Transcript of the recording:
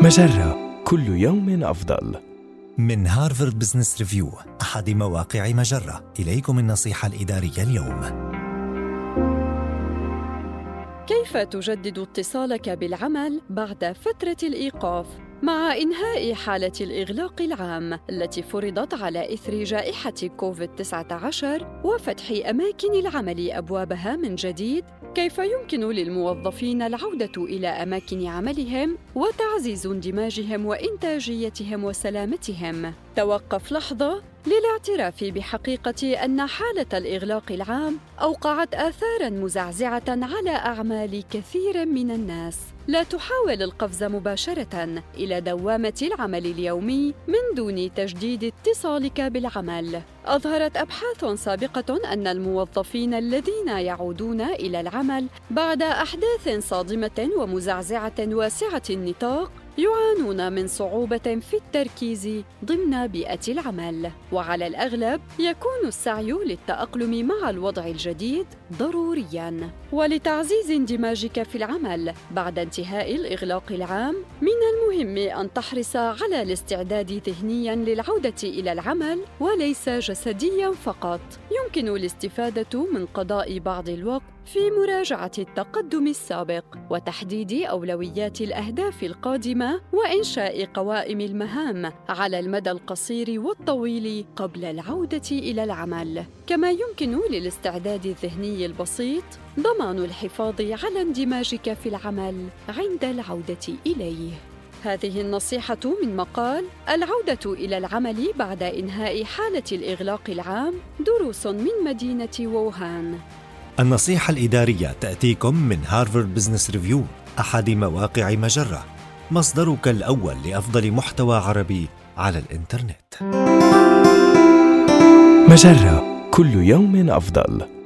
مجرة، كل يوم أفضل. من هارفارد بزنس ريفيو، أحد مواقع مجرة، إليكم النصيحة الإدارية اليوم. كيف تجدد اتصالك بالعمل بعد فترة الإيقاف؟ مع إنهاء حالة الإغلاق العام التي فرضت على إثر جائحة كوفيد-19 وفتح أماكن العمل أبوابها من جديد، كيف يمكن للموظفين العودة إلى أماكن عملهم وتعزيز اندماجهم وإنتاجيتهم وسلامتهم؟ توقف لحظة للاعتراف بحقيقة أن حالة الإغلاق العام أوقعت آثاراً مزعزعة على أعمال كثير من الناس. لا تحاول القفز مباشرة إلى دوامة العمل اليومي من دون تجديد اتصالك بالعمل. أظهرت أبحاث سابقة أن الموظفين الذين يعودون إلى العمل بعد أحداث صادمة ومزعزعة واسعة النطاق يعانون من صعوبة في التركيز ضمن بيئة العمل، وعلى الأغلب يكون السعي للتأقلم مع الوضع الجديد ضرورياً. ولتعزيز اندماجك في العمل بعد انتهاء الإغلاق العام، من المهم أن تحرص على الاستعداد ذهنياً للعودة إلى العمل وليس جسدياً فقط. يمكن الاستفادة من قضاء بعض الوقت في مراجعة التقدم السابق وتحديد أولويات الأهداف القادمة وإنشاء قوائم المهام على المدى القصير والطويل قبل العودة إلى العمل. كما يمكن للاستعداد الذهني البسيط ضمان الحفاظ على اندماجك في العمل عند العودة إليه. هذه النصيحة من مقال العودة إلى العمل بعد إنهاء حالة الإغلاق العام، دروس من مدينة ووهان. النصيحة الإدارية تأتيكم من هارفارد بزنس ريفيو، أحد مواقع مجرة، مصدرك الأول لأفضل محتوى عربي على الإنترنت. مجرة، كل يوم أفضل.